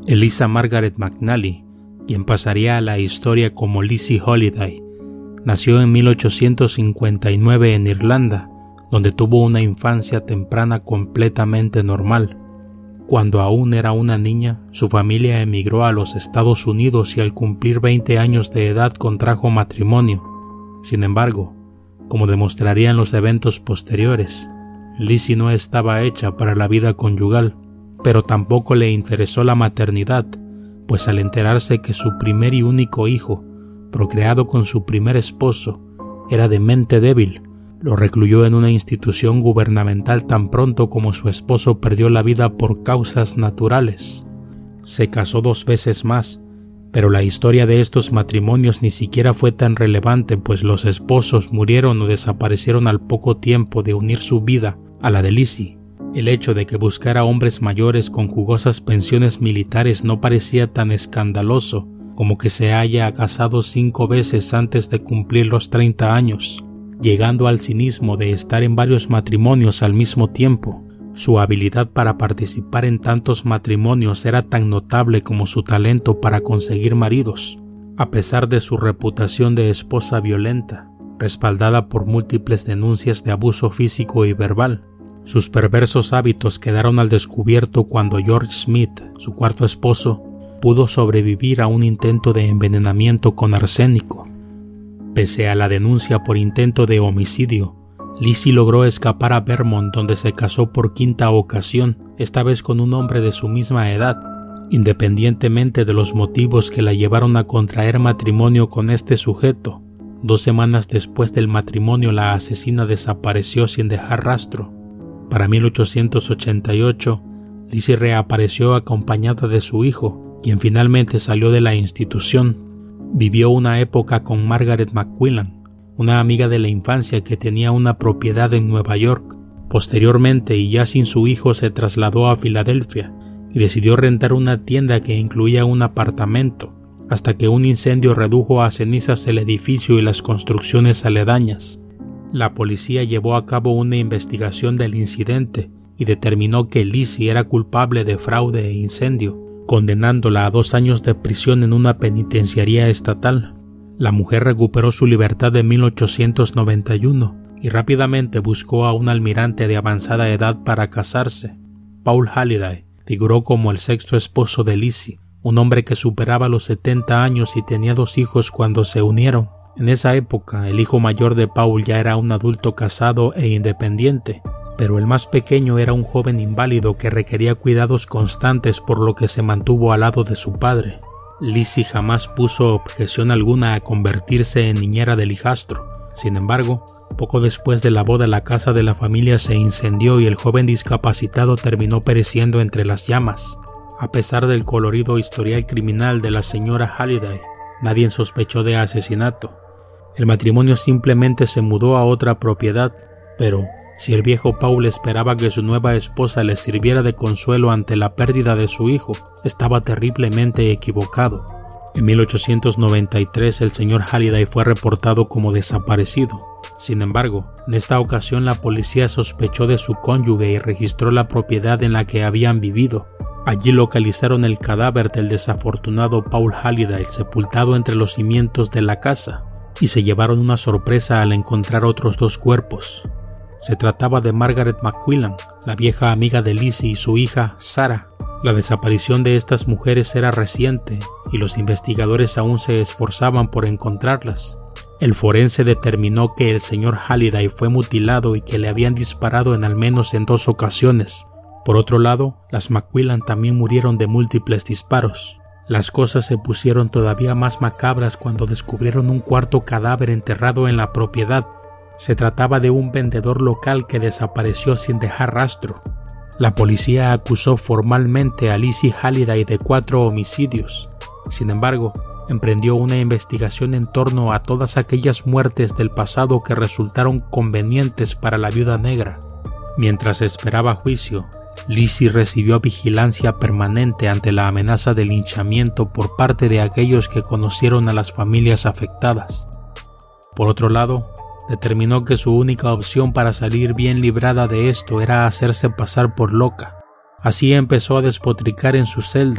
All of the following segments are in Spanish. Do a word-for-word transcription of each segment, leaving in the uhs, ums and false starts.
Eliza Margaret McNally, quien pasaría a la historia como Lizzie Holiday, nació en mil ochocientos cincuenta y nueve en Irlanda, donde tuvo una infancia temprana completamente normal. Cuando aún era una niña, su familia emigró a los Estados Unidos y al cumplir veinte años de edad contrajo matrimonio. Sin embargo, como demostrarían los eventos posteriores, Lizzie no estaba hecha para la vida conyugal, pero tampoco le interesó la maternidad, pues al enterarse que su primer y único hijo, procreado con su primer esposo, era de mente débil, lo recluyó en una institución gubernamental tan pronto como su esposo perdió la vida por causas naturales. Se casó dos veces más, pero la historia de estos matrimonios ni siquiera fue tan relevante, pues los esposos murieron o desaparecieron al poco tiempo de unir su vida a la de Lizzie. El hecho de que buscara hombres mayores con jugosas pensiones militares no parecía tan escandaloso como que se haya casado cinco veces antes de cumplir los treinta años, llegando al cinismo de estar en varios matrimonios al mismo tiempo. Su habilidad para participar en tantos matrimonios era tan notable como su talento para conseguir maridos, a pesar de su reputación de esposa violenta, respaldada por múltiples denuncias de abuso físico y verbal. Sus perversos hábitos quedaron al descubierto cuando George Smith, su cuarto esposo, pudo sobrevivir a un intento de envenenamiento con arsénico. Pese a la denuncia por intento de homicidio, Lizzie logró escapar a Vermont, donde se casó por quinta ocasión, esta vez con un hombre de su misma edad. Independientemente de los motivos que la llevaron a contraer matrimonio con este sujeto, dos semanas después del matrimonio la asesina desapareció sin dejar rastro. Para mil ochocientos ochenta y ocho, Lizzie reapareció acompañada de su hijo, quien finalmente salió de la institución. Vivió una época con Margaret McQuillan, una amiga de la infancia que tenía una propiedad en Nueva York. Posteriormente, y ya sin su hijo, se trasladó a Filadelfia y decidió rentar una tienda que incluía un apartamento, hasta que un incendio redujo a cenizas el edificio y las construcciones aledañas. La policía llevó a cabo una investigación del incidente y determinó que Lizzie era culpable de fraude e incendio, condenándola a dos años de prisión en una penitenciaría estatal. La mujer recuperó su libertad en mil ochocientos noventa y uno y rápidamente buscó a un almirante de avanzada edad para casarse. Paul Halliday figuró como el sexto esposo de Lizzie, un hombre que superaba los setenta años y tenía dos hijos cuando se unieron. En esa época, el hijo mayor de Paul ya era un adulto casado e independiente, pero el más pequeño era un joven inválido que requería cuidados constantes, por lo que se mantuvo al lado de su padre. Lizzie jamás puso objeción alguna a convertirse en niñera del hijastro. Sin embargo, poco después de la boda, la casa de la familia se incendió y el joven discapacitado terminó pereciendo entre las llamas. A pesar del colorido historial criminal de la señora Halliday, nadie sospechó de asesinato. El matrimonio simplemente se mudó a otra propiedad, pero si el viejo Paul esperaba que su nueva esposa le sirviera de consuelo ante la pérdida de su hijo, estaba terriblemente equivocado. En mil ochocientos noventa y tres el señor Halliday fue reportado como desaparecido. Sin embargo, en esta ocasión la policía sospechó de su cónyuge y registró la propiedad en la que habían vivido. Allí localizaron el cadáver del desafortunado Paul Halliday sepultado entre los cimientos de la casa, y se llevaron una sorpresa al encontrar otros dos cuerpos. Se trataba de Margaret McQuillan, la vieja amiga de Lizzie, y su hija, Sarah. La desaparición de estas mujeres era reciente y los investigadores aún se esforzaban por encontrarlas. El forense determinó que el señor Halliday fue mutilado y que le habían disparado en al menos en dos ocasiones. Por otro lado, las McQuillan también murieron de múltiples disparos. Las cosas se pusieron todavía más macabras cuando descubrieron un cuarto cadáver enterrado en la propiedad. Se trataba de un vendedor local que desapareció sin dejar rastro. La policía acusó formalmente a Lizzie Halliday de cuatro homicidios. Sin embargo, emprendió una investigación en torno a todas aquellas muertes del pasado que resultaron convenientes para la viuda negra. Mientras esperaba juicio, Lizzie recibió vigilancia permanente ante la amenaza de linchamiento por parte de aquellos que conocieron a las familias afectadas. Por otro lado, determinó que su única opción para salir bien librada de esto era hacerse pasar por loca. Así empezó a despotricar en su celda,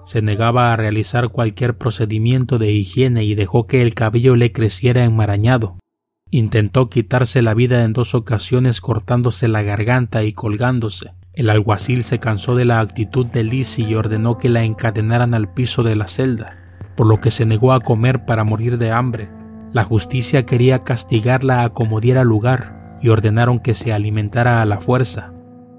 Se negaba a realizar cualquier procedimiento de higiene y dejó que el cabello le creciera enmarañado. Intentó quitarse la vida en dos ocasiones cortándose la garganta y colgándose. El alguacil se cansó de la actitud de Lizzie y ordenó que la encadenaran al piso de la celda, por lo que se negó a comer para morir de hambre. La justicia quería castigarla a como diera lugar y ordenaron que se alimentara a la fuerza.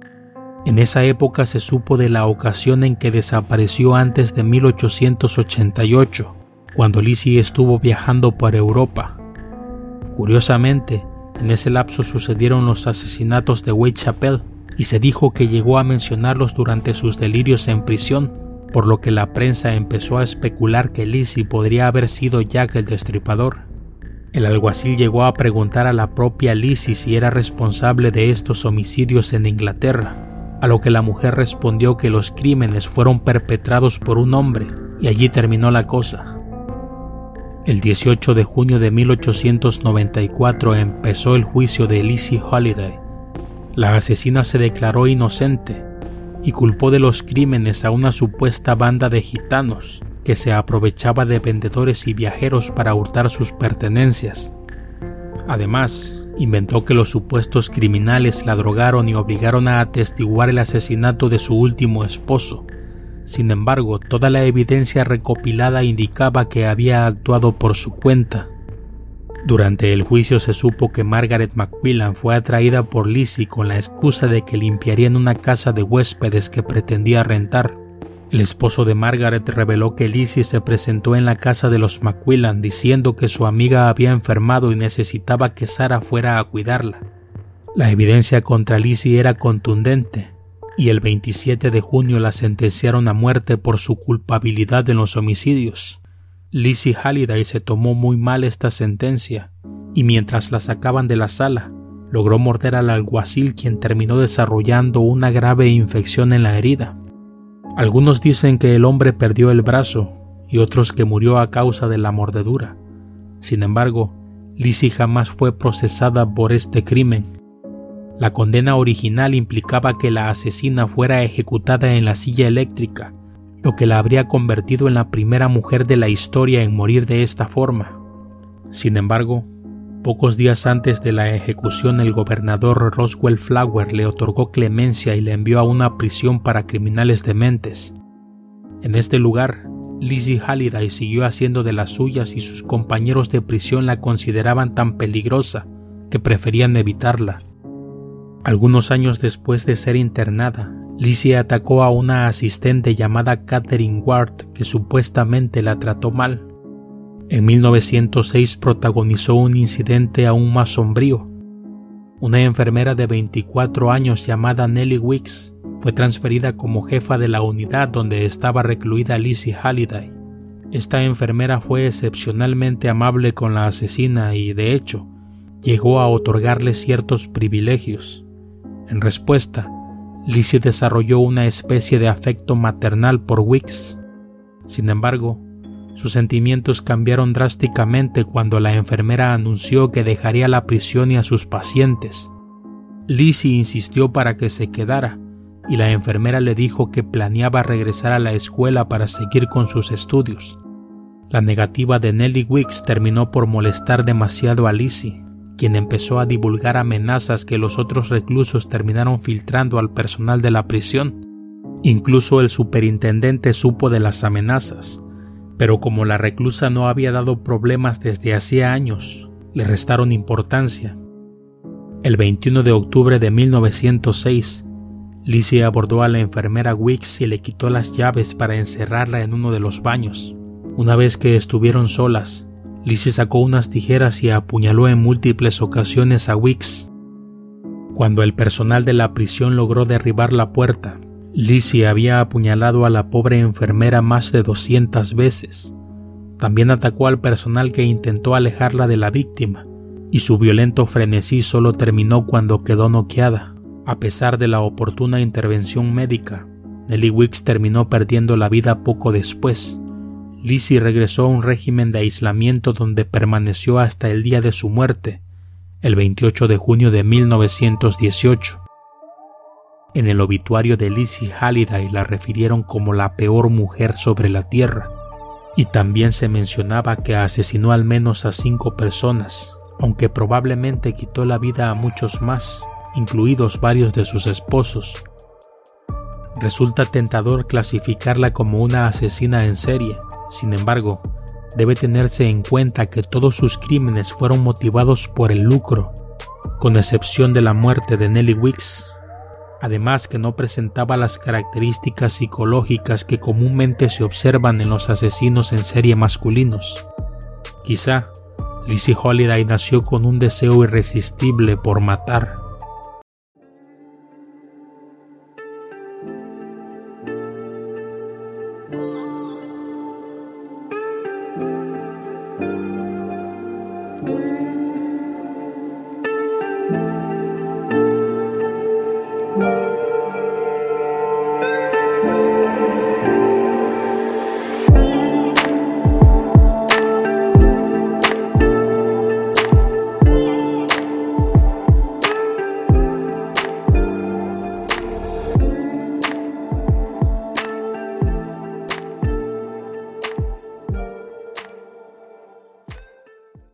En esa época se supo de la ocasión en que desapareció antes de mil ochocientos ochenta y ocho, cuando Lizzie estuvo viajando por Europa. Curiosamente, en ese lapso sucedieron los asesinatos de Whitechapel y se dijo que llegó a mencionarlos durante sus delirios en prisión, por lo que la prensa empezó a especular que Lizzie podría haber sido Jack el Destripador. El alguacil llegó a preguntar a la propia Lizzie si era responsable de estos homicidios en Inglaterra, a lo que la mujer respondió que los crímenes fueron perpetrados por un hombre, y allí terminó la cosa. El dieciocho de junio de mil ochocientos noventa y cuatro empezó el juicio de Lizzie Holiday. La asesina se declaró inocente y culpó de los crímenes a una supuesta banda de gitanos que se aprovechaba de vendedores y viajeros para hurtar sus pertenencias. Además, inventó que los supuestos criminales la drogaron y obligaron a atestiguar el asesinato de su último esposo. Sin embargo, toda la evidencia recopilada indicaba que había actuado por su cuenta. Durante el juicio se supo que Margaret McQuillan fue atraída por Lizzie con la excusa de que limpiarían una casa de huéspedes que pretendía rentar. El esposo de Margaret reveló que Lizzie se presentó en la casa de los McQuillan diciendo que su amiga había enfermado y necesitaba que Sarah fuera a cuidarla. La evidencia contra Lizzie era contundente y el veintisiete de junio la sentenciaron a muerte por su culpabilidad en los homicidios. Lizzie Holiday se tomó muy mal esta sentencia y mientras la sacaban de la sala, logró morder al alguacil, quien terminó desarrollando una grave infección en la herida. Algunos dicen que el hombre perdió el brazo y otros que murió a causa de la mordedura. Sin embargo, Lizzie jamás fue procesada por este crimen. La condena original implicaba que la asesina fuera ejecutada en la silla eléctrica, lo que la habría convertido en la primera mujer de la historia en morir de esta forma. Sin embargo, pocos días antes de la ejecución, el gobernador Roswell Flower le otorgó clemencia y le envió a una prisión para criminales dementes. En este lugar, Lizzie Holiday siguió haciendo de las suyas y sus compañeros de prisión la consideraban tan peligrosa que preferían evitarla. Algunos años después de ser internada, Lizzie atacó a una asistente llamada Catherine Ward que supuestamente la trató mal. En mil novecientos seis protagonizó un incidente aún más sombrío. Una enfermera de veinticuatro años llamada Nellie Weeks fue transferida como jefa de la unidad donde estaba recluida Lizzie Holiday. Esta enfermera fue excepcionalmente amable con la asesina y, de hecho, llegó a otorgarle ciertos privilegios. En respuesta, Lizzie desarrolló una especie de afecto maternal por Weeks. Sin embargo, sus sentimientos cambiaron drásticamente cuando la enfermera anunció que dejaría la prisión y a sus pacientes. Lizzie insistió para que se quedara, y la enfermera le dijo que planeaba regresar a la escuela para seguir con sus estudios. La negativa de Nellie Weeks terminó por molestar demasiado a Lizzie, quien empezó a divulgar amenazas que los otros reclusos terminaron filtrando al personal de la prisión. Incluso el superintendente supo de las amenazas, pero como la reclusa no había dado problemas desde hacía años, le restaron importancia. El veintiuno de octubre de mil novecientos seis, Lizzie abordó a la enfermera Weeks y le quitó las llaves para encerrarla en uno de los baños. Una vez que estuvieron solas, Lizzie sacó unas tijeras y apuñaló en múltiples ocasiones a Weeks. Cuando el personal de la prisión logró derribar la puerta, Lizzie había apuñalado a la pobre enfermera más de doscientas veces. También atacó al personal que intentó alejarla de la víctima, y su violento frenesí solo terminó cuando quedó noqueada. A pesar de la oportuna intervención médica, Nellie Weeks terminó perdiendo la vida poco después. Lizzie regresó a un régimen de aislamiento donde permaneció hasta el día de su muerte, el veintiocho de junio de mil novecientos dieciocho. En el obituario de Lizzie Halliday la refirieron como la peor mujer sobre la tierra, y también se mencionaba que asesinó al menos a cinco personas, aunque probablemente quitó la vida a muchos más, incluidos varios de sus esposos. Resulta tentador clasificarla como una asesina en serie. Sin embargo, debe tenerse en cuenta que todos sus crímenes fueron motivados por el lucro, con excepción de la muerte de Nellie Weeks. Además que no presentaba las características psicológicas que comúnmente se observan en los asesinos en serie masculinos. Quizá Lizzie Halliday nació con un deseo irresistible por matar.